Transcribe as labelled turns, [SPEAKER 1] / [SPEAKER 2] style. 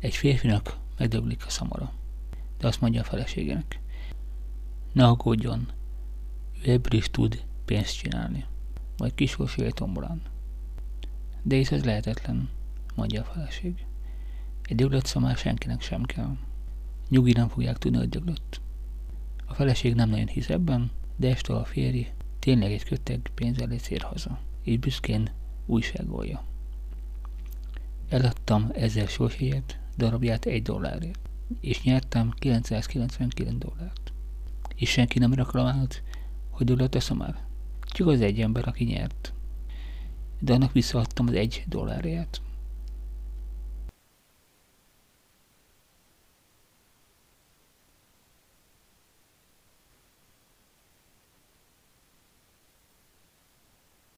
[SPEAKER 1] Egy férfinak megdöglik a szamara, de azt mondja a feleségének: ne aggódjon, ő ebből is tud pénzt csinálni, majd kisorsolja egy tombolán. De hisz ez lehetetlen, mondja a feleség. Egy döglött szamár senkinek sem kell. Nyugi, nem fogják tudni, hogy döglött. A feleség nem nagyon hisz ebben, de este a férj tényleg egy köteg pénzzel ér haza, és büszkén újságolja. Eladtam 1000 sorsjegyet darabját $1, és nyertem $999. És senki nem reklamált, hogy döglött a szamár. Csak az egy ember, aki nyert. De annak visszaadtam az $1.